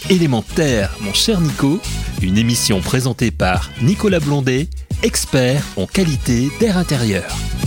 Élémentaire, mon cher Nico, une émission présentée par Nicolas Blondet, expert en qualité d'air intérieur.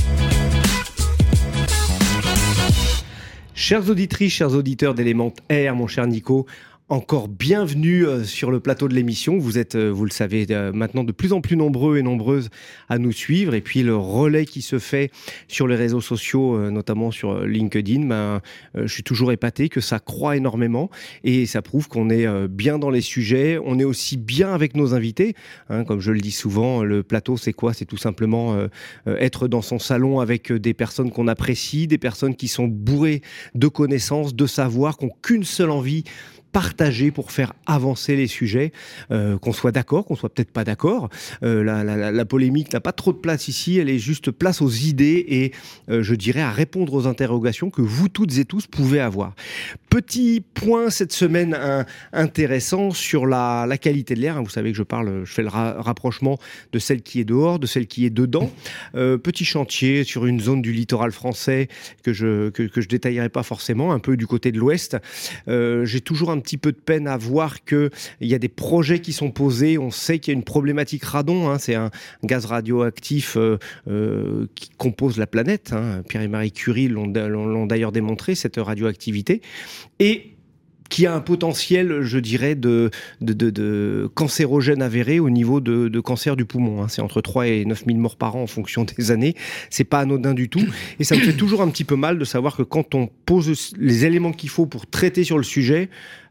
Chères auditrices, chers auditeurs d'Élémentaire, mon cher Nico, encore bienvenue sur le plateau de l'émission. Vous êtes, vous le savez, maintenant de plus en plus nombreux et nombreuses à nous suivre. Et puis le relais qui se fait sur les réseaux sociaux, notamment sur LinkedIn, je suis toujours épaté que ça croît énormément. Et ça prouve qu'on est bien dans les sujets. On est aussi bien avec nos invités. Comme je le dis souvent, le plateau, c'est quoi ? C'est tout simplement être dans son salon avec des personnes qu'on apprécie, des personnes qui sont bourrées de connaissances, de savoir, qui n'ont qu'une seule envie: partager pour faire avancer les sujets, qu'on soit d'accord, qu'on soit peut-être pas d'accord. La polémique n'a pas trop de place ici, elle est juste place aux idées et je dirais à répondre aux interrogations que vous toutes et tous pouvez avoir. Petit point cette semaine intéressant sur la qualité de l'air. Vous savez que je fais le rapprochement de celle qui est dehors, de celle qui est dedans. Petit chantier sur une zone du littoral français que je détaillerai pas forcément, un peu du côté de l'ouest. J'ai toujours un petit peu de peine à voir qu'il y a des projets qui sont posés. On sait qu'il y a une problématique radon. C'est un gaz radioactif qui compose la planète. Pierre et Marie Curie l'ont d'ailleurs démontré, cette radioactivité. Et qui a un potentiel, je dirais, de cancérogène avéré au niveau de cancer du poumon. C'est entre 3 et 9 000 morts par an en fonction des années. C'est pas anodin du tout. Et ça me fait toujours un petit peu mal de savoir que quand on pose les éléments qu'il faut pour traiter sur le sujet,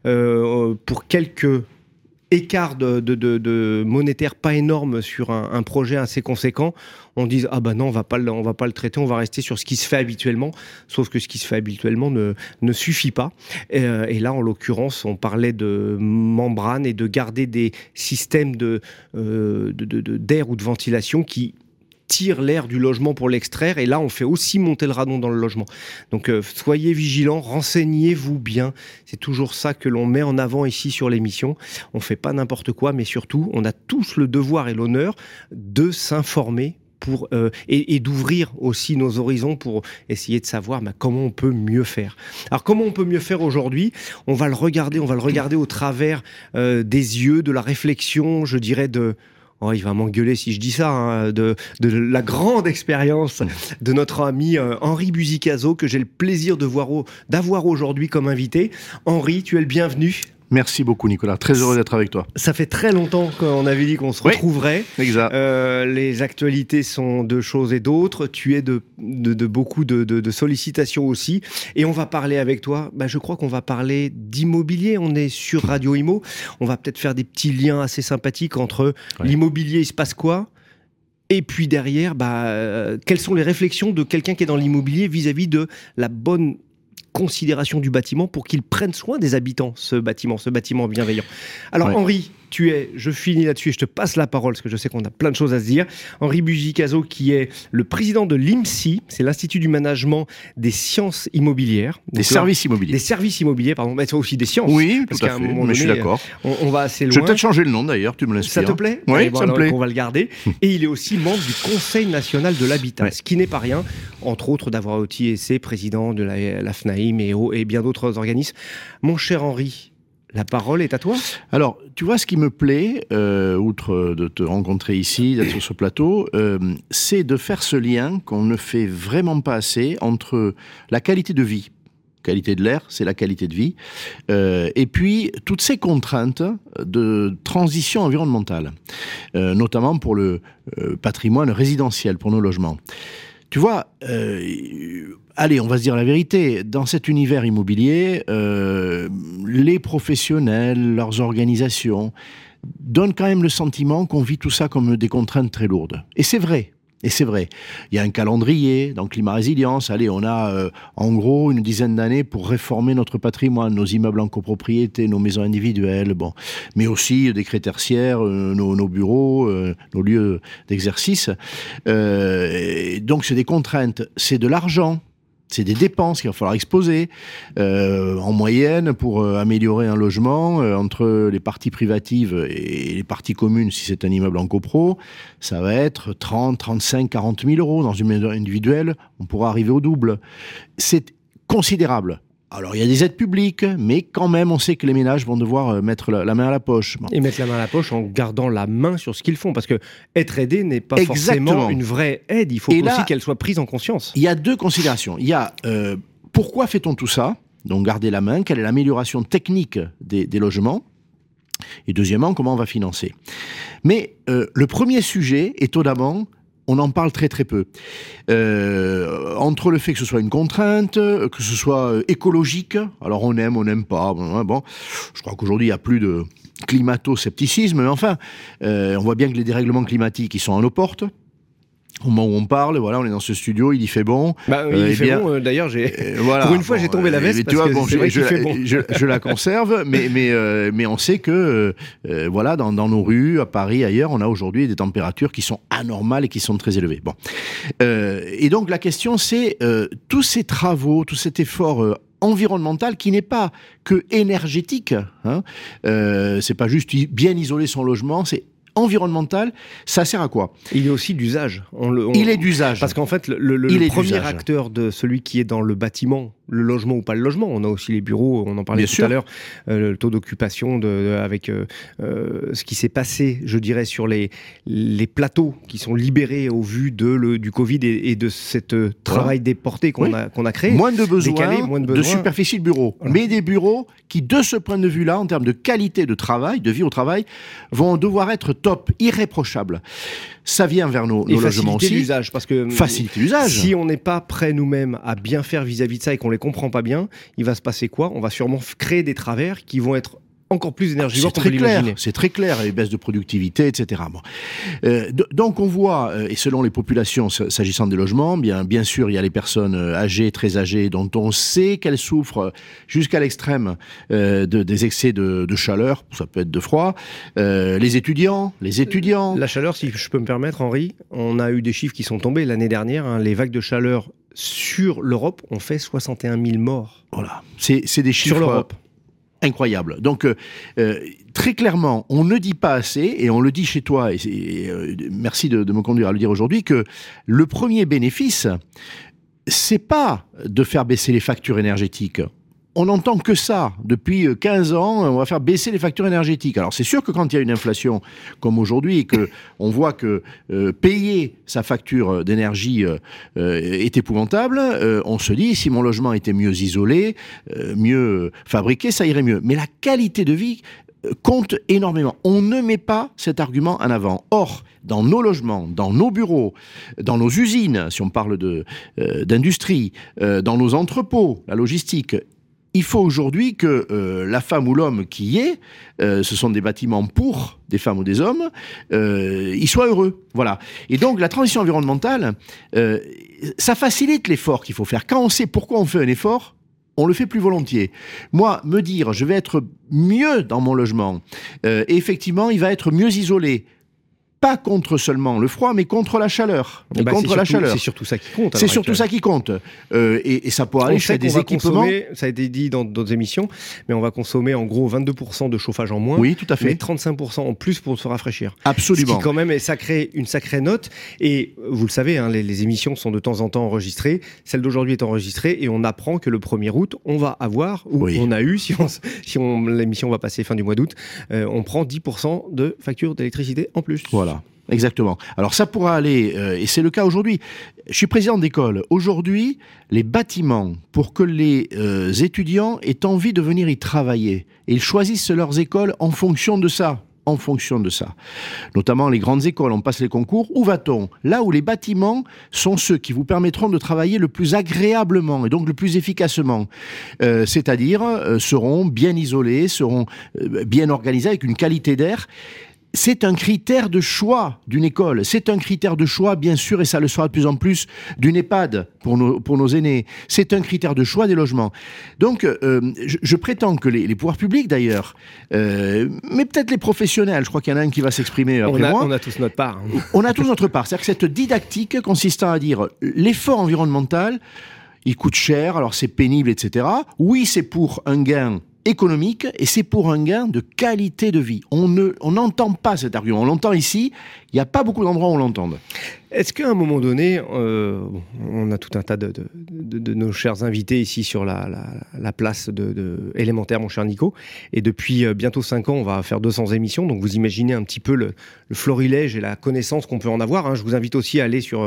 pour quelques écarts de monétaire pas énorme sur un projet assez conséquent, on dit ah ben non, on va pas le traiter, on va rester sur ce qui se fait habituellement. Sauf que ce qui se fait habituellement ne suffit pas. Et là, en l'occurrence, on parlait de membrane et de garder des systèmes d'air ou de ventilation qui tire l'air du logement pour l'extraire, et là on fait aussi monter le radon dans le logement. Donc soyez vigilants, renseignez-vous bien, c'est toujours ça que l'on met en avant ici sur l'émission. On fait pas n'importe quoi, mais surtout on a tous le devoir et l'honneur de s'informer et d'ouvrir aussi nos horizons pour essayer de savoir comment on peut mieux faire. Alors comment on peut mieux faire aujourd'hui ? On va le regarder au travers des yeux, de la réflexion, je dirais Oh, il va m'engueuler si je dis ça, de la grande expérience de notre ami Henri Buzicazo, que j'ai le plaisir d'avoir aujourd'hui comme invité. Henri, tu es le bienvenu. Merci beaucoup Nicolas, très heureux d'être avec toi. Ça fait très longtemps qu'on avait dit qu'on se retrouverait. Exact. Les actualités sont de choses et d'autres. Tu es de beaucoup de sollicitations aussi. Et on va parler avec toi, je crois qu'on va parler d'immobilier. On est sur Radio Imo. On va peut-être faire des petits liens assez sympathiques entre l'immobilier, il se passe quoi ? Et puis derrière, quelles sont les réflexions de quelqu'un qui est dans l'immobilier vis-à-vis de la bonne considération du bâtiment pour qu'il prenne soin des habitants, ce bâtiment bienveillant. Alors Henri, je finis là-dessus et je te passe la parole parce que je sais qu'on a plein de choses à se dire. Henri Buzicazo, qui est le président de l'IMSI, c'est l'Institut du Management des Sciences Immobilières. Services immobiliers. Des services immobiliers, pardon, mais c'est aussi des sciences. Oui, tout à fait, mais je suis d'accord. On va assez loin. Je vais peut-être changer le nom d'ailleurs, tu me l'inspires. Ça te plaît ? Oui, ça me plaît. On va le garder. Et il est aussi membre du Conseil national de l'habitat, ce qui n'est pas rien, entre autres d'avoir aussi été président de la FNAIM et bien d'autres organismes. Mon cher Henri, la parole est à toi. Alors, tu vois, ce qui me plaît, outre de te rencontrer ici, d'être sur ce plateau, c'est de faire ce lien qu'on ne fait vraiment pas assez entre la qualité de vie. Qualité de l'air, c'est la qualité de vie. Et puis, toutes ces contraintes de transition environnementale, notamment pour le patrimoine résidentiel, pour nos logements. Tu vois, allez, on va se dire la vérité, dans cet univers immobilier, les professionnels, leurs organisations, donnent quand même le sentiment qu'on vit tout ça comme des contraintes très lourdes. Et c'est vrai. Il y a un calendrier dans Climat Résilience. Allez, on a en gros une dizaine d'années pour réformer notre patrimoine, nos immeubles en copropriété, nos maisons individuelles, mais aussi des crêts tertiaires, nos bureaux, nos lieux d'exercice. Donc c'est des contraintes, c'est de l'argent. C'est des dépenses qu'il va falloir exposer en moyenne pour améliorer un logement entre les parties privatives et les parties communes, si c'est un immeuble en copro, ça va être 30, 35, 40 000 euros. Dans une maison individuelle, on pourra arriver au double. C'est considérable. Alors, il y a des aides publiques, mais quand même, on sait que les ménages vont devoir mettre la main à la poche. Et mettre la main à la poche en gardant la main sur ce qu'ils font. Parce que être aidé n'est pas forcément une vraie aide. Il faut aussi qu'elle soit prise en conscience. Il y a deux considérations. Il y a pourquoi fait-on tout ça ? Donc, garder la main. Quelle est l'amélioration technique des logements ? Et deuxièmement, comment on va financer ? Mais le premier sujet, étonnamment, on en parle très très peu. Entre le fait que ce soit une contrainte, que ce soit écologique, alors on aime, on n'aime pas, bon, je crois qu'aujourd'hui il n'y a plus de climato-scepticisme, mais enfin, on voit bien que les dérèglements climatiques, ils sont à nos portes. Au moment où on parle, voilà, on est dans ce studio, il y fait bon. Il fait bon. D'ailleurs, pour une fois, j'ai tombé la veste parce que c'est vrai qu'il fait bon. Je la conserve, mais on sait que, voilà, dans nos rues, à Paris, ailleurs, on a aujourd'hui des températures qui sont anormales et qui sont très élevées. Bon, et donc la question, c'est tous ces travaux, tout cet effort environnemental qui n'est pas que énergétique. Hein, c'est pas juste bien isoler son logement, c'est environnemental, ça sert à quoi ? Il est aussi d'usage. Il est d'usage. Parce qu'en fait, le premier acteur de celui qui est dans le bâtiment, le logement ou pas le logement, on a aussi les bureaux, on en parlait tout à l'heure, le taux d'occupation avec ce qui s'est passé, je dirais, sur les plateaux qui sont libérés au vu du Covid et de cette travail déporté qu'on a créé. Moins de besoins, de superficie de bureaux. Voilà. Mais des bureaux qui, de ce point de vue-là, en termes de qualité de travail, de vie au travail, vont devoir être top, irréprochables. Ça vient vers nos logements aussi. L'usage, parce que faciliter l'usage. Si on n'est pas prêt nous-mêmes à bien faire vis-à-vis de ça et qu'on les comprend pas bien, il va se passer quoi ? On va sûrement créer des travers qui vont être encore plus énergivores qu'on peut l'imaginer. C'est très clair, les baisses de productivité, etc. Bon. Donc on voit, et selon les populations s'agissant des logements, bien sûr, il y a les personnes âgées, très âgées, dont on sait qu'elles souffrent jusqu'à l'extrême des excès de chaleur, ça peut être de froid. Les étudiants. La chaleur, si je peux me permettre, Henri, on a eu des chiffres qui sont tombés l'année dernière. Hein, les vagues de chaleur sur l'Europe ont fait 61 000 morts. Voilà, c'est des chiffres... Sur l'Europe. Incroyable. Donc, très clairement, on ne dit pas assez, et on le dit chez toi, et merci de me conduire à le dire aujourd'hui, que le premier bénéfice, c'est pas de faire baisser les factures énergétiques. On n'entend que ça. Depuis 15 ans, on va faire baisser les factures énergétiques. Alors c'est sûr que quand il y a une inflation comme aujourd'hui et qu'on voit que payer sa facture d'énergie est épouvantable, on se dit si mon logement était mieux isolé, mieux fabriqué, ça irait mieux. Mais la qualité de vie compte énormément. On ne met pas cet argument en avant. Or, dans nos logements, dans nos bureaux, dans nos usines, si on parle d'industrie, dans nos entrepôts, la logistique, il faut aujourd'hui que la femme ou l'homme qui y est, ce sont des bâtiments pour des femmes ou des hommes, ils soient heureux. Voilà. Et donc la transition environnementale, ça facilite l'effort qu'il faut faire. Quand on sait pourquoi on fait un effort, on le fait plus volontiers. Moi, me dire, je vais être mieux dans mon logement, et effectivement, il va être mieux isolé. Pas contre seulement le froid, mais contre la chaleur. C'est surtout ça qui compte. C'est surtout ça qui compte. Et ça pourrait aller jusqu'à des équipements. Ça a été dit dans d'autres émissions, mais on va consommer en gros 22% de chauffage en moins. Oui, tout à fait. Mais 35% en plus pour se rafraîchir. Absolument. Ce qui quand même est une sacrée note. Et vous le savez, hein, les émissions sont de temps en temps enregistrées. Celle d'aujourd'hui est enregistrée et on apprend que le 1er août, on va avoir, ou on a eu, si l'émission va passer fin du mois d'août, on prend 10% de facture d'électricité en plus. Voilà. Exactement. Alors ça pourra aller, et c'est le cas aujourd'hui. Je suis président d'école. Aujourd'hui, les bâtiments, pour que les étudiants aient envie de venir y travailler, et ils choisissent leurs écoles en fonction de ça. Notamment les grandes écoles, on passe les concours. Où va-t-on ? Là où les bâtiments sont ceux qui vous permettront de travailler le plus agréablement et donc le plus efficacement. C'est-à-dire seront bien isolés, seront bien organisés avec une qualité d'air. C'est un critère de choix d'une école. C'est un critère de choix, bien sûr, et ça le sera de plus en plus, d'une EHPAD pour nos aînés. C'est un critère de choix des logements. Donc, je prétends que les pouvoirs publics, d'ailleurs, mais peut-être les professionnels, je crois qu'il y en a un qui va s'exprimer après moi. On a tous notre part. On a tous notre part. C'est-à-dire que cette didactique consistant à dire l'effort environnemental, il coûte cher, alors c'est pénible, etc. Oui, c'est pour un gain économique et c'est pour un gain de qualité de vie. On n'entend pas cet argument. On l'entend ici. Il n'y a pas beaucoup d'endroits où on l'entende. Est-ce qu'à un moment donné, on a tout un tas de nos chers invités ici sur la place de élémentaire, mon cher Nico, et depuis bientôt 5 ans, on va faire 200 émissions, donc vous imaginez un petit peu le florilège et la connaissance qu'on peut en avoir. Hein. Je vous invite aussi à aller sur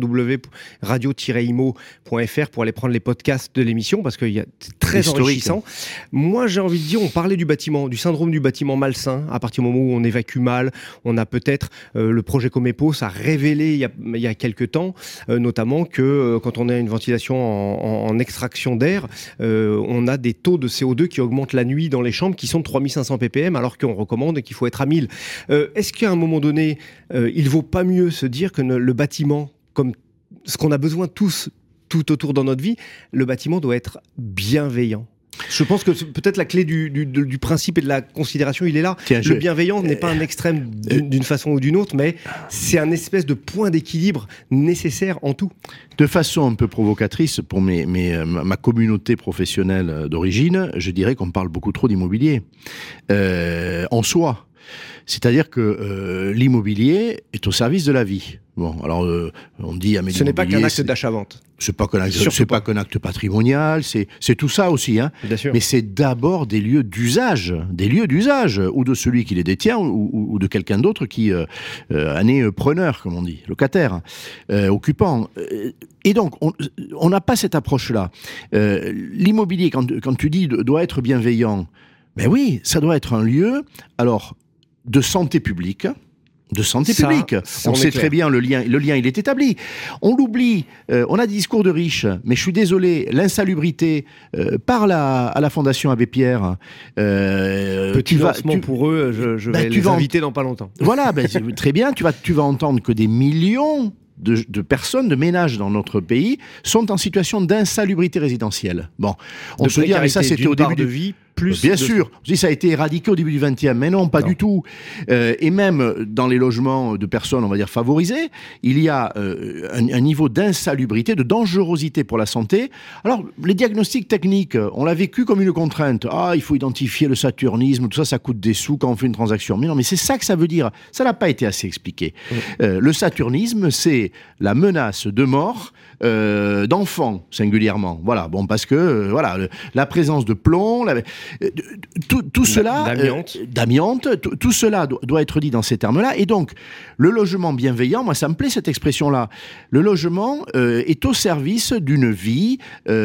www.radio-imo.fr pour aller prendre les podcasts de l'émission, parce qu'il y a très enrichissant. Moi, j'ai envie de dire, on parlait du bâtiment, du syndrome du bâtiment malsain, à partir du moment où on évacue mal, on a peut-être le projet Comepo, ça a révélé il y a quelques temps, notamment que quand on a une ventilation en extraction d'air, on a des taux de CO2 qui augmentent la nuit dans les chambres qui sont de 3500 ppm alors qu'on recommande qu'il faut être à 1000. Est-ce qu'à un moment donné, il vaut pas mieux se dire que le bâtiment, comme ce qu'on a besoin tous, tout autour dans notre vie, le bâtiment doit être bienveillant? Je pense que peut-être la clé du principe et de la considération, il est là. Tiens, le bienveillant n'est pas un extrême d'une façon ou d'une autre, mais c'est un espèce de point d'équilibre nécessaire en tout. De façon un peu provocatrice, pour ma communauté professionnelle d'origine, je dirais qu'on parle beaucoup trop d'immobilier. En soi. C'est-à-dire que l'immobilier est au service de la vie. Bon, alors on dit... Ce n'est pas qu'un acte d'achat-vente. C'est pas qu'un acte patrimonial, c'est tout ça aussi, hein. Bien sûr. Mais c'est d'abord des lieux d'usage, ou de celui qui les détient, ou de quelqu'un d'autre qui en est preneur, comme on dit, locataire, occupant. Et donc, on n'a pas cette approche-là. L'immobilier, quand tu dis doit être bienveillant, ben oui, ça doit être un lieu, alors, de santé publique. On sait très bien, le lien il est établi. On l'oublie, on a des discours de riches, mais je suis désolé, l'insalubrité à la Fondation Abbé Pierre... Petit lancement pour eux, je vais les inviter dans pas longtemps. Voilà, très bien, tu vas entendre que des millions de personnes, de ménages dans notre pays, sont en situation d'insalubrité résidentielle. Bon, on se dit, mais ça c'était au début de vie. Bien sûr, on se dit ça a été éradiqué au début du XXe, mais non, pas du tout. Et même dans les logements de personnes, on va dire favorisées, il y a un niveau d'insalubrité, de dangerosité pour la santé. Alors, les diagnostics techniques, on l'a vécu comme une contrainte. Ah, il faut identifier le saturnisme, tout ça, ça coûte des sous quand on fait une transaction. Mais non, mais c'est ça que ça veut dire. Ça n'a pas été assez expliqué. Le saturnisme, c'est la menace de mort d'enfants, singulièrement. Voilà, bon, parce que la présence de plomb, tout cela, d'amiante, tout cela doit être dit dans ces termes-là. Et donc, le logement bienveillant, moi, ça me plaît cette expression-là. Le logement est au service d'une vie,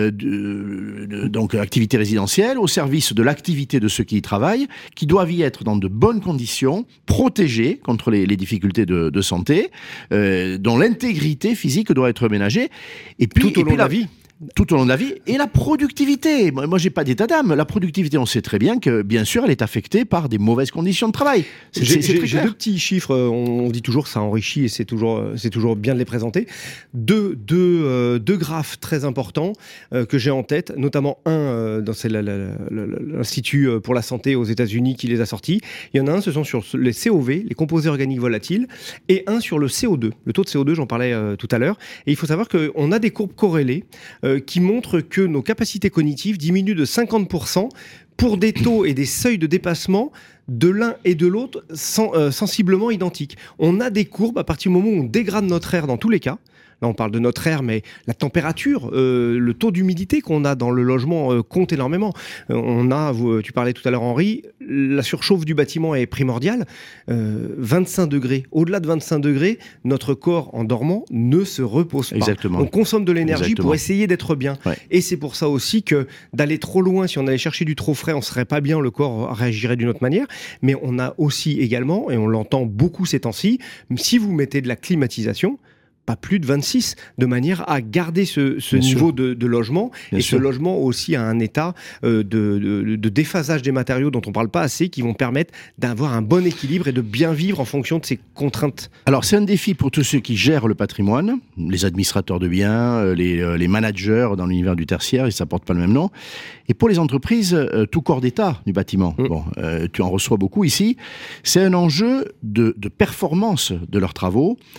donc activité résidentielle, au service de l'activité de ceux qui y travaillent, qui doivent y être dans de bonnes conditions, protégés contre les difficultés de santé, dont l'intégrité physique doit être ménagée. Et puis, tout au long de la vie. Tout au long de la vie. Et la productivité. Moi, j'ai pas d'état d'âme. La productivité, on sait très bien que, bien sûr, elle est affectée par des mauvaises conditions de travail. J'ai deux petits chiffres. On dit toujours que ça enrichit et c'est toujours bien de les présenter. Deux graphes très importants que j'ai en tête, notamment un, c'est l'Institut pour la santé aux États-Unis qui les a sortis. Il y en a un, ce sont sur les COV, les composés organiques volatiles, et un sur le CO2. Le taux de CO2, j'en parlais tout à l'heure. Et il faut savoir qu'on a des courbes corrélées qui montre que nos capacités cognitives diminuent de 50% pour des taux et des seuils de dépassement de l'un et de l'autre sensiblement identiques. On a des courbes à partir du moment où on dégrade notre air dans tous les cas. Là, on parle de notre air, mais la température, le taux d'humidité qu'on a dans le logement compte énormément. Tu parlais tout à l'heure, Henri, la surchauffe du bâtiment est primordiale. 25 degrés. Au-delà de 25 degrés, notre corps, en dormant, ne se repose pas. Exactement. On consomme de l'énergie pour essayer d'être bien. Ouais. Et c'est pour ça aussi que d'aller trop loin, si on allait chercher du trop frais, on serait pas bien, le corps réagirait d'une autre manière. Mais on a aussi également, et on l'entend beaucoup ces temps-ci, si vous mettez de la climatisation, pas plus de 26, de manière à garder ce niveau de logement. Bien et sûr. Ce logement aussi a un état de déphasage des matériaux dont on ne parle pas assez, qui vont permettre d'avoir un bon équilibre et de bien vivre en fonction de ces contraintes. Alors c'est un défi pour tous ceux qui gèrent le patrimoine, les administrateurs de biens, les managers dans l'univers du tertiaire, ils ne portent pas le même nom. Et pour les entreprises, tout corps d'état du bâtiment, tu en reçois beaucoup ici, c'est un enjeu de performance de leurs travaux.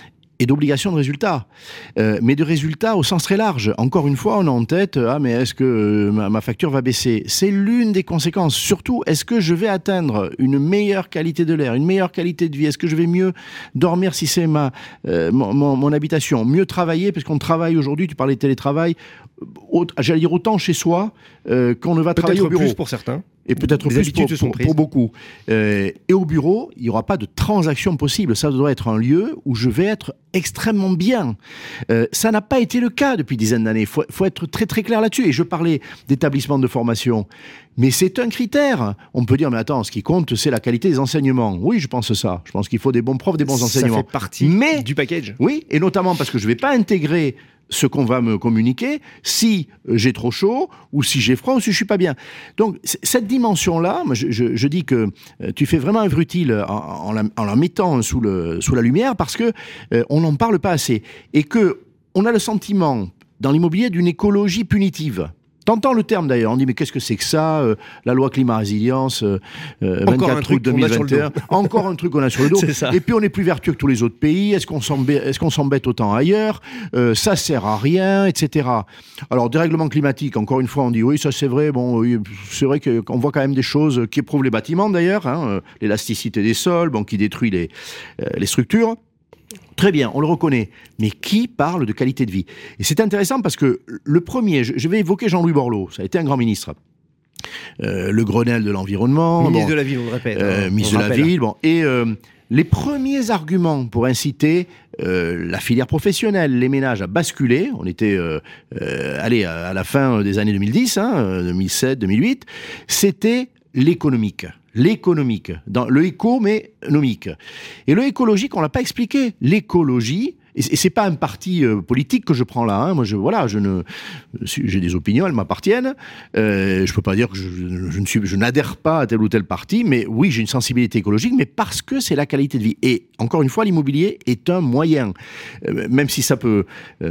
et d'obligation de résultat, mais de résultats au sens très large. Encore une fois, on a en tête, mais est-ce que ma facture va baisser? C'est l'une des conséquences. Surtout, est-ce que je vais atteindre une meilleure qualité de l'air, une meilleure qualité de vie? Est-ce que je vais mieux dormir si c'est mon habitation? Mieux travailler, parce qu'on travaille aujourd'hui, tu parlais de télétravail, j'allais dire autant chez soi qu'on ne va travailler au bureau. Peut-être plus pour certains. Et peut-être plus pour beaucoup. Et au bureau, il n'y aura pas de transaction possible. Ça doit être un lieu où je vais être extrêmement bien. Ça n'a pas été le cas depuis dizaines d'années. Il faut être très très clair là-dessus. Et je parlais d'établissements de formation. Mais c'est un critère. On peut dire, mais attends, ce qui compte, c'est la qualité des enseignements. Oui, je pense ça. Je pense qu'il faut des bons profs, des bons enseignements. Ça fait partie du package. Oui, et notamment parce que je ne vais pas intégrer ce qu'on va me communiquer si j'ai trop chaud ou si j'ai froid ou si je suis pas bien. Donc cette dimension-là, moi, je dis que tu fais vraiment œuvre utile en la mettant sous la lumière parce que on n'en parle pas assez et que on a le sentiment dans l'immobilier d'une écologie punitive. T'entends le terme d'ailleurs, on dit mais qu'est-ce que c'est que ça, la loi climat-résilience, 24 août 2021, encore un truc qu'on a sur le dos, et puis on est plus vertueux que tous les autres pays, est-ce qu'on s'embête autant ailleurs, ça sert à rien, etc. Alors dérèglement climatique, encore une fois on dit oui ça c'est vrai, bon oui, c'est vrai qu'on voit quand même des choses qui éprouvent les bâtiments d'ailleurs, l'élasticité des sols, qui détruit les structures. Très bien, on le reconnaît. Mais qui parle de qualité de vie? Et c'est intéressant parce que le premier, je vais évoquer Jean-Louis Borloo, ça a été un grand ministre. Le Grenelle de l'environnement. Ministre de la Ville, on le répète. Ministre de la Ville, et les premiers arguments pour inciter la filière professionnelle, les ménages à basculer, on était à la fin des années 2010, 2007, 2008, c'était l'économique. L'économique, dans le éco, mais nomique. Et le écologique, on l'a pas expliqué. L'écologie, et c'est pas un parti politique que je prends là. Moi, j'ai des opinions, elles m'appartiennent. Je peux pas dire que je n'adhère pas à tel ou tel parti, mais oui, j'ai une sensibilité écologique, mais parce que c'est la qualité de vie. Et encore une fois, l'immobilier est un moyen, même si ça peut.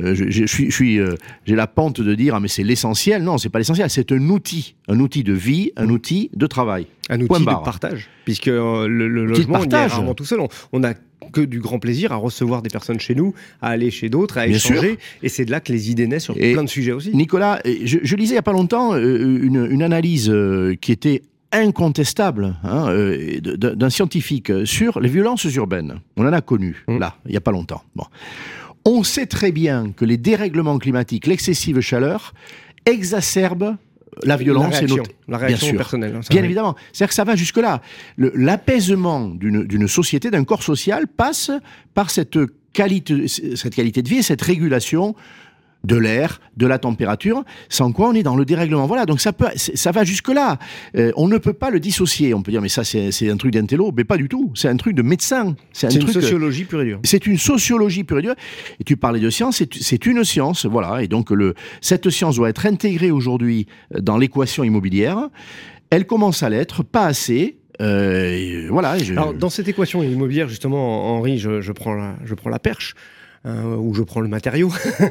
J'ai la pente de dire mais c'est l'essentiel. Non, c'est pas l'essentiel. C'est un outil de vie, un outil de travail. Un outil de partage, puisque le logement, on y est rarement tout seul. On a que du grand plaisir à recevoir des personnes chez nous, à aller chez d'autres, à échanger. Et c'est de là que les idées naissent sur plein de sujets aussi. Nicolas, je lisais il n'y a pas longtemps une analyse qui était incontestable d'un scientifique sur les violences urbaines. On en a connu, là, il n'y a pas longtemps. Bon. On sait très bien que les dérèglements climatiques, l'excessive chaleur, exacerbent la violence la réaction personnelle. Bien évidemment. C'est-à-dire que ça va jusque-là. L'apaisement d'une société, d'un corps social, passe par cette qualité de vie et cette régulation de l'air, de la température, sans quoi on est dans le dérèglement. Voilà, donc ça va jusque-là. On ne peut pas le dissocier. On peut dire, mais ça, c'est un truc d'intello. Mais pas du tout. C'est un truc de médecin. C'est une sociologie pure et dure. C'est une sociologie pure et dure. Et tu parlais de science, c'est une science, voilà. Et donc, cette science doit être intégrée aujourd'hui dans l'équation immobilière. Elle commence à l'être, pas assez. Voilà. Alors, dans cette équation immobilière, justement, Henri, je prends la perche. Où je prends le matériau.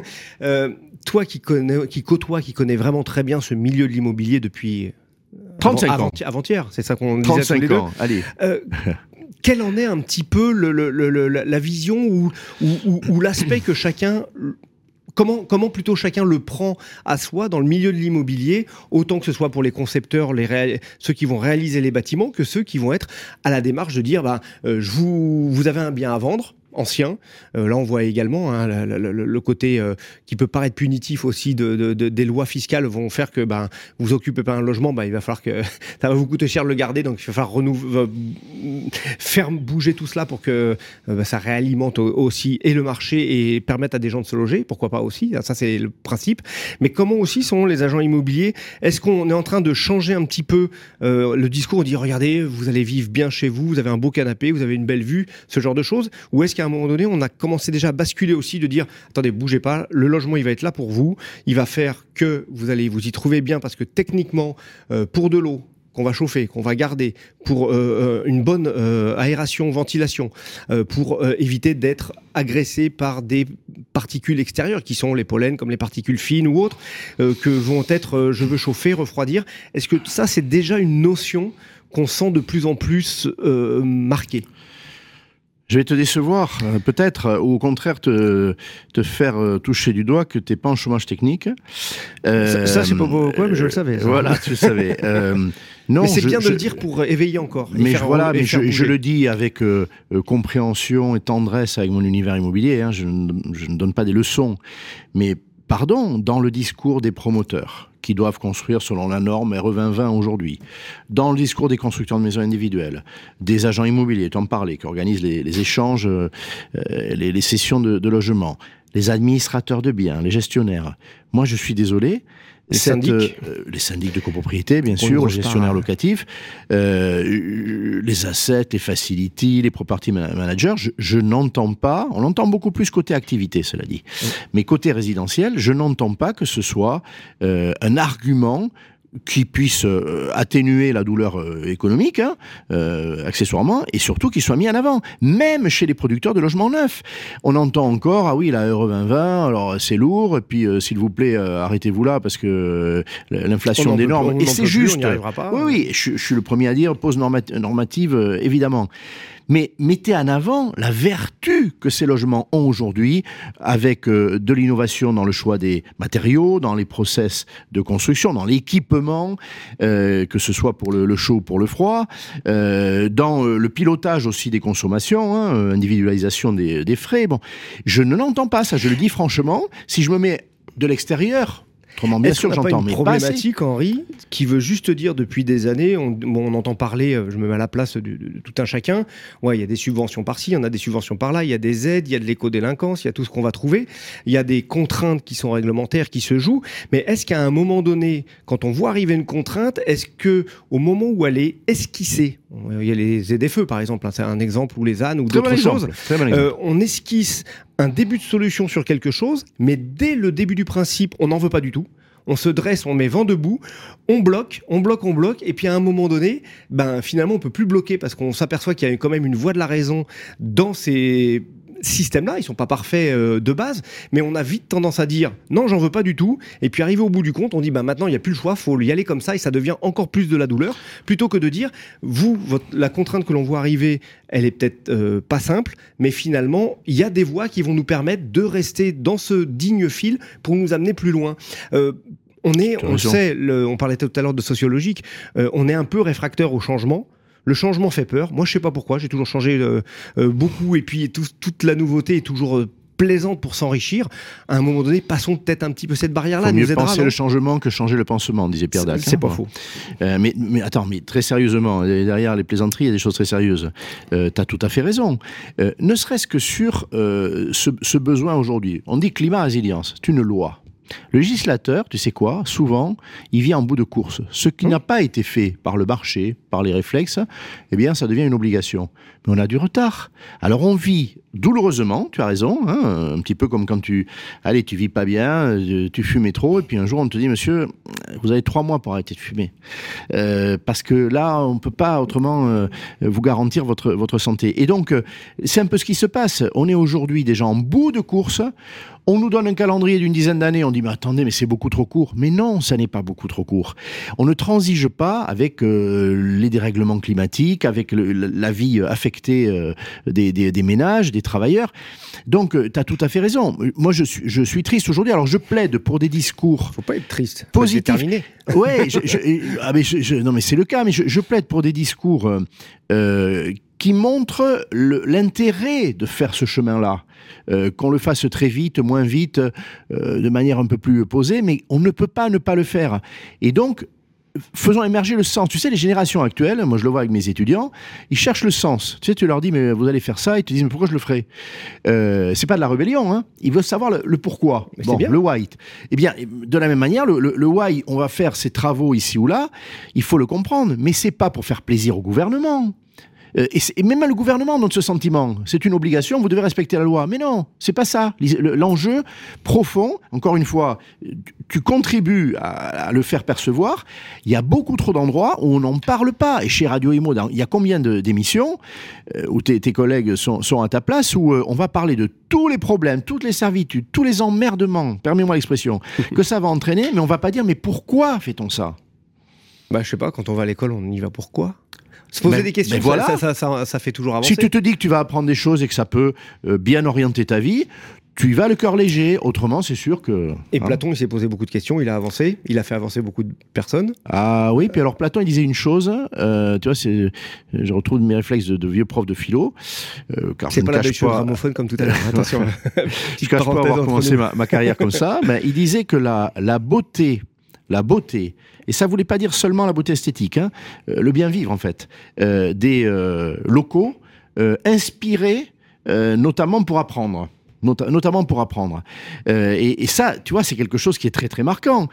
Toi qui connais vraiment très bien ce milieu de l'immobilier depuis 35 ans. Avant-hier, c'est ça qu'on disait tous les deux. 35 ans, allez. Quelle en est un petit peu la vision ou l'aspect que chacun... Comment plutôt chacun le prend à soi dans le milieu de l'immobilier, autant que ce soit pour les concepteurs, ceux qui vont réaliser les bâtiments, que ceux qui vont être à la démarche de dire vous avez un bien à vendre, ancien. Là, on voit également le côté qui peut paraître punitif aussi des lois fiscales vont faire que vous occupez pas un logement, il va falloir que ça va vous coûter cher de le garder, donc il va falloir faire bouger tout cela pour que ça réalimente aussi et le marché et permette à des gens de se loger, pourquoi pas aussi, ça c'est le principe. Mais comment aussi sont les agents immobiliers? Est-ce qu'on est en train de changer un petit peu le discours? On dit regardez, vous allez vivre bien chez vous, vous avez un beau canapé, vous avez une belle vue, ce genre de choses, ou est-ce qu'à un moment donné, on a commencé déjà à basculer aussi, de dire attendez, bougez pas, le logement il va être là pour vous, il va faire que vous allez vous y trouver bien, parce que techniquement, pour de l'eau qu'on va chauffer, qu'on va garder, pour une bonne aération, ventilation, pour éviter d'être agressé par des particules extérieures qui sont les pollens, comme les particules fines ou autres, que vont être je veux chauffer, refroidir. Est-ce que ça c'est déjà une notion qu'on sent de plus en plus marquée? Je vais te décevoir, peut-être, ou au contraire te faire toucher du doigt que tu n'es pas en chômage technique. Ça, c'est pas pourquoi, mais je le savais. Ça. Voilà, tu le savais. Non, mais c'est bien de le dire pour éveiller encore. Mais je le dis avec compréhension et tendresse avec mon univers immobilier. Hein, je ne donne pas des leçons. Mais pardon, dans le discours des promoteurs qui doivent construire selon la norme RE 2020 aujourd'hui, dans le discours des constructeurs de maisons individuelles, des agents immobiliers, tu en parlais, qui organisent les échanges, les cessions de logements, les administrateurs de biens, les gestionnaires. Moi, je suis désolé. Les syndics de copropriété, bien sûr, les gestionnaires locatifs, les assets, les facilities, les property managers, je n'entends pas, on entend beaucoup plus côté activité, cela dit, mais côté résidentiel, je n'entends pas que ce soit un argument qui puisse atténuer la douleur économique, hein, accessoirement, et surtout qu'il soit mis en avant, même chez les producteurs de logements neufs. On entend encore, ah oui, la RE 2020, alors c'est lourd, et puis s'il vous plaît, arrêtez-vous là, parce que l'inflation des normes, et c'est juste. On n'y arrivera pas. Oui, je suis le premier à dire, pause normative, évidemment. Mais mettez en avant la vertu que ces logements ont aujourd'hui, avec de l'innovation dans le choix des matériaux, dans les process de construction, dans l'équipement, que ce soit pour le chaud ou pour le froid, dans le pilotage aussi des consommations, hein, individualisation des frais. Bon, je ne l'entends pas, ça, je le dis franchement. Si je me mets de l'extérieur... Bien sûr, j'entends, mais problématique, Henri, qui veut juste dire depuis des années, on entend parler, je me mets à la place de tout un chacun, ouais, il y a des subventions par-ci, il y en a des subventions par-là, il y a des aides, il y a de l'éco-délinquance, il y a tout ce qu'on va trouver, il y a des contraintes qui sont réglementaires, qui se jouent, mais est-ce qu'à un moment donné, quand on voit arriver une contrainte, est-ce qu'au moment où elle est esquissée, il y a les ZFE par exemple, hein, c'est un exemple, ou les ânes, ou d'autres choses, on esquisse un début de solution sur quelque chose, mais dès le début du principe, on n'en veut pas du tout. On se dresse, on met vent debout, on bloque, et puis à un moment donné, finalement, on peut plus bloquer parce qu'on s'aperçoit qu'il y a quand même une voie de la raison dans ces systèmes-là. Ils sont pas parfaits de base, mais on a vite tendance à dire non, j'en veux pas du tout. Et puis arrivé au bout du compte, on dit maintenant il y a plus le choix, faut y aller comme ça, et ça devient encore plus de la douleur, plutôt que de dire la contrainte que l'on voit arriver, elle est peut-être pas simple, mais finalement il y a des voies qui vont nous permettre de rester dans ce digne fil pour nous amener plus loin. On parlait tout à l'heure de sociologique, on est un peu réfractaire au changement. Le changement fait peur. Moi, je sais pas pourquoi. J'ai toujours changé beaucoup, et puis toute la nouveauté est toujours plaisante pour s'enrichir. À un moment donné, passons peut-être un petit peu cette barrière-là. Faut mieux penser le changement que changer le pansement, disait Pierre Dac. C'est pas faux. Mais attends, mais très sérieusement, derrière les plaisanteries, il y a des choses très sérieuses. T'as tout à fait raison. Ne serait-ce que sur ce besoin aujourd'hui. On dit climat résilience. C'est une loi. Le législateur, tu sais quoi, souvent, il vient en bout de course. Ce qui n'a pas été fait par le marché, par les réflexes, eh bien, ça devient une obligation. Mais on a du retard. Alors, on vit douloureusement, tu as raison, hein, un petit peu comme quand tu vis pas bien, tu fumais trop, et puis un jour, on te dit, monsieur, vous avez 3 mois pour arrêter de fumer. Parce que là, on peut pas autrement vous garantir votre santé. Et donc, c'est un peu ce qui se passe. On est aujourd'hui déjà en bout de course. On nous donne un calendrier d'une dizaine d'années, on dit, mais attendez, mais c'est beaucoup trop court. Mais non, ça n'est pas beaucoup trop court. On ne transige pas avec les dérèglements climatiques, avec la vie affectée des ménages, des travailleurs. Donc, tu as tout à fait raison. Moi, je suis triste aujourd'hui. Alors, je plaide pour des discours... Faut pas être triste. Positifs. Ouais, non, mais c'est le cas, mais je plaide pour des discours qui montrent l'intérêt de faire ce chemin-là. Qu'on le fasse très vite, moins vite, de manière un peu plus posée, mais on ne peut pas ne pas le faire. Et donc, faisons émerger le sens. Tu sais, les générations actuelles, moi je le vois avec mes étudiants, ils cherchent le sens. Tu sais, tu leur dis, mais vous allez faire ça, ils te disent, mais pourquoi je le ferai ? C'est pas de la rébellion, hein. Ils veulent savoir le pourquoi. Bon, le why. Eh bien, de la même manière, le why, on va faire ces travaux ici ou là, il faut le comprendre, mais c'est pas pour faire plaisir au gouvernement. Et même le gouvernement donne ce sentiment. C'est une obligation, vous devez respecter la loi. Mais non, c'est pas ça. L'enjeu profond, encore une fois, tu contribues à le faire percevoir. Il y a beaucoup trop d'endroits où on n'en parle pas. Et chez Radio Imo, il y a combien d'émissions où tes collègues sont à ta place, où on va parler de tous les problèmes, toutes les servitudes, tous les emmerdements, permets-moi l'expression, que ça va entraîner, mais on va pas dire, mais pourquoi fait-on ça ? Je sais pas, quand on va à l'école, on y va pourquoi ? Se poser des questions, voilà. ça fait toujours avancer. Si tu te dis que tu vas apprendre des choses et que ça peut bien orienter ta vie, tu y vas le cœur léger, autrement c'est sûr que... Et Platon, il s'est posé beaucoup de questions, il a avancé, il a fait avancer beaucoup de personnes. Ah oui, puis alors Platon, il disait une chose, tu vois, je retrouve mes réflexes de vieux prof de philo. Car c'est pas la sur le gramophone comme tout à l'heure, attention. Je cache pas avoir commencé ma carrière comme ça, mais il disait que la beauté, et ça voulait pas dire seulement la beauté esthétique, le bien vivre en fait, des locaux inspirés notamment pour apprendre. Et ça, tu vois, c'est quelque chose qui est très très marquant.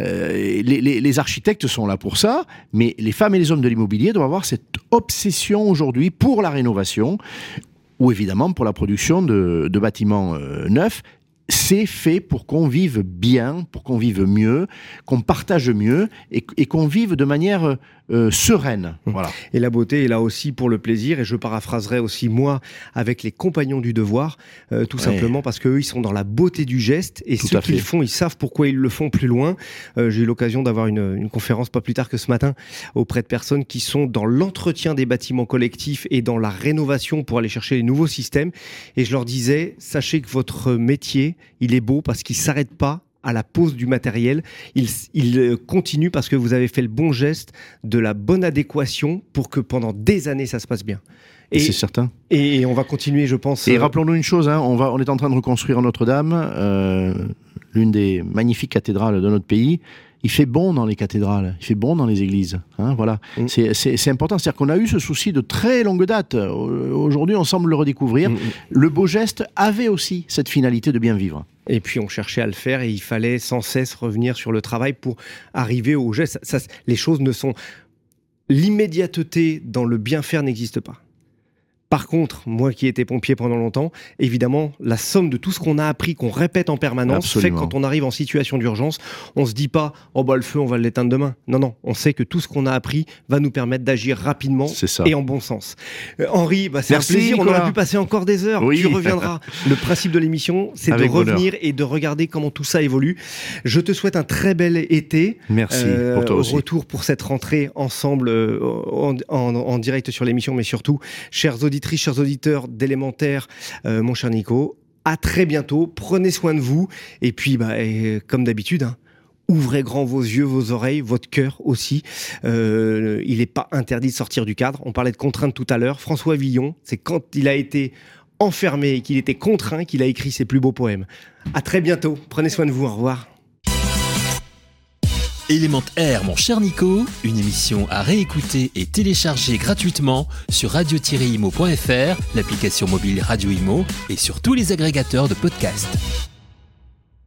Les architectes sont là pour ça, mais les femmes et les hommes de l'immobilier doivent avoir cette obsession aujourd'hui pour la rénovation ou évidemment pour la production de bâtiments neufs. C'est fait pour qu'on vive bien, pour qu'on vive mieux, qu'on partage mieux et qu'on vive de manière sereine. Voilà. Et la beauté est là aussi pour le plaisir, et je paraphraserai aussi moi avec les compagnons du devoir, tout simplement parce qu'eux ils sont dans la beauté du geste, et ceux qui le font, ils savent pourquoi ils le font plus loin. J'ai eu l'occasion d'avoir une conférence pas plus tard que ce matin auprès de personnes qui sont dans l'entretien des bâtiments collectifs et dans la rénovation pour aller chercher les nouveaux systèmes, et je leur disais, sachez que votre métier, il est beau parce qu'il ne s'arrête pas à la pose du matériel, il continue parce que vous avez fait le bon geste, de la bonne adéquation pour que pendant des années ça se passe bien. Et c'est certain. Et on va continuer, je pense. Et rappelons-nous une chose, on est en train de reconstruire Notre-Dame, l'une des magnifiques cathédrales de notre pays. Il fait bon dans les cathédrales, il fait bon dans les églises. Voilà. C'est important. C'est-à-dire qu'on a eu ce souci de très longue date. Aujourd'hui, on semble le redécouvrir. Le beau geste avait aussi cette finalité de bien vivre. Et puis on cherchait à le faire, et il fallait sans cesse revenir sur le travail pour arriver au geste. Les choses ne sont... L'immédiateté dans le bien faire n'existe pas. Par contre, moi qui étais pompier pendant longtemps, évidemment, la somme de tout ce qu'on a appris, qu'on répète en permanence, fait que quand on arrive en situation d'urgence, on se dit pas « Oh le feu, on va l'éteindre demain ». Non, on sait que tout ce qu'on a appris va nous permettre d'agir rapidement et en bon sens. Henri, c'est un plaisir, Nicolas. On aurait pu passer encore des heures, tu reviendras. Le principe de l'émission, c'est de revenir et de regarder comment tout ça évolue. Je te souhaite un très bel été. Merci, pour toi aussi. Retour pour cette rentrée ensemble en direct sur l'émission, mais surtout, chers auditeurs d'Élémentaire, mon cher Nico, à très bientôt, prenez soin de vous, et puis comme d'habitude, ouvrez grand vos yeux, vos oreilles, votre cœur aussi. Il n'est pas interdit de sortir du cadre. On parlait de contraintes tout à l'heure. François Villon, c'est quand il a été enfermé et qu'il était contraint qu'il a écrit ses plus beaux poèmes. À très bientôt, prenez soin de vous, au revoir. Élémentaire, mon cher Nico, une émission à réécouter et télécharger gratuitement sur radio-imo.fr, l'application mobile Radio Imo et sur tous les agrégateurs de podcasts.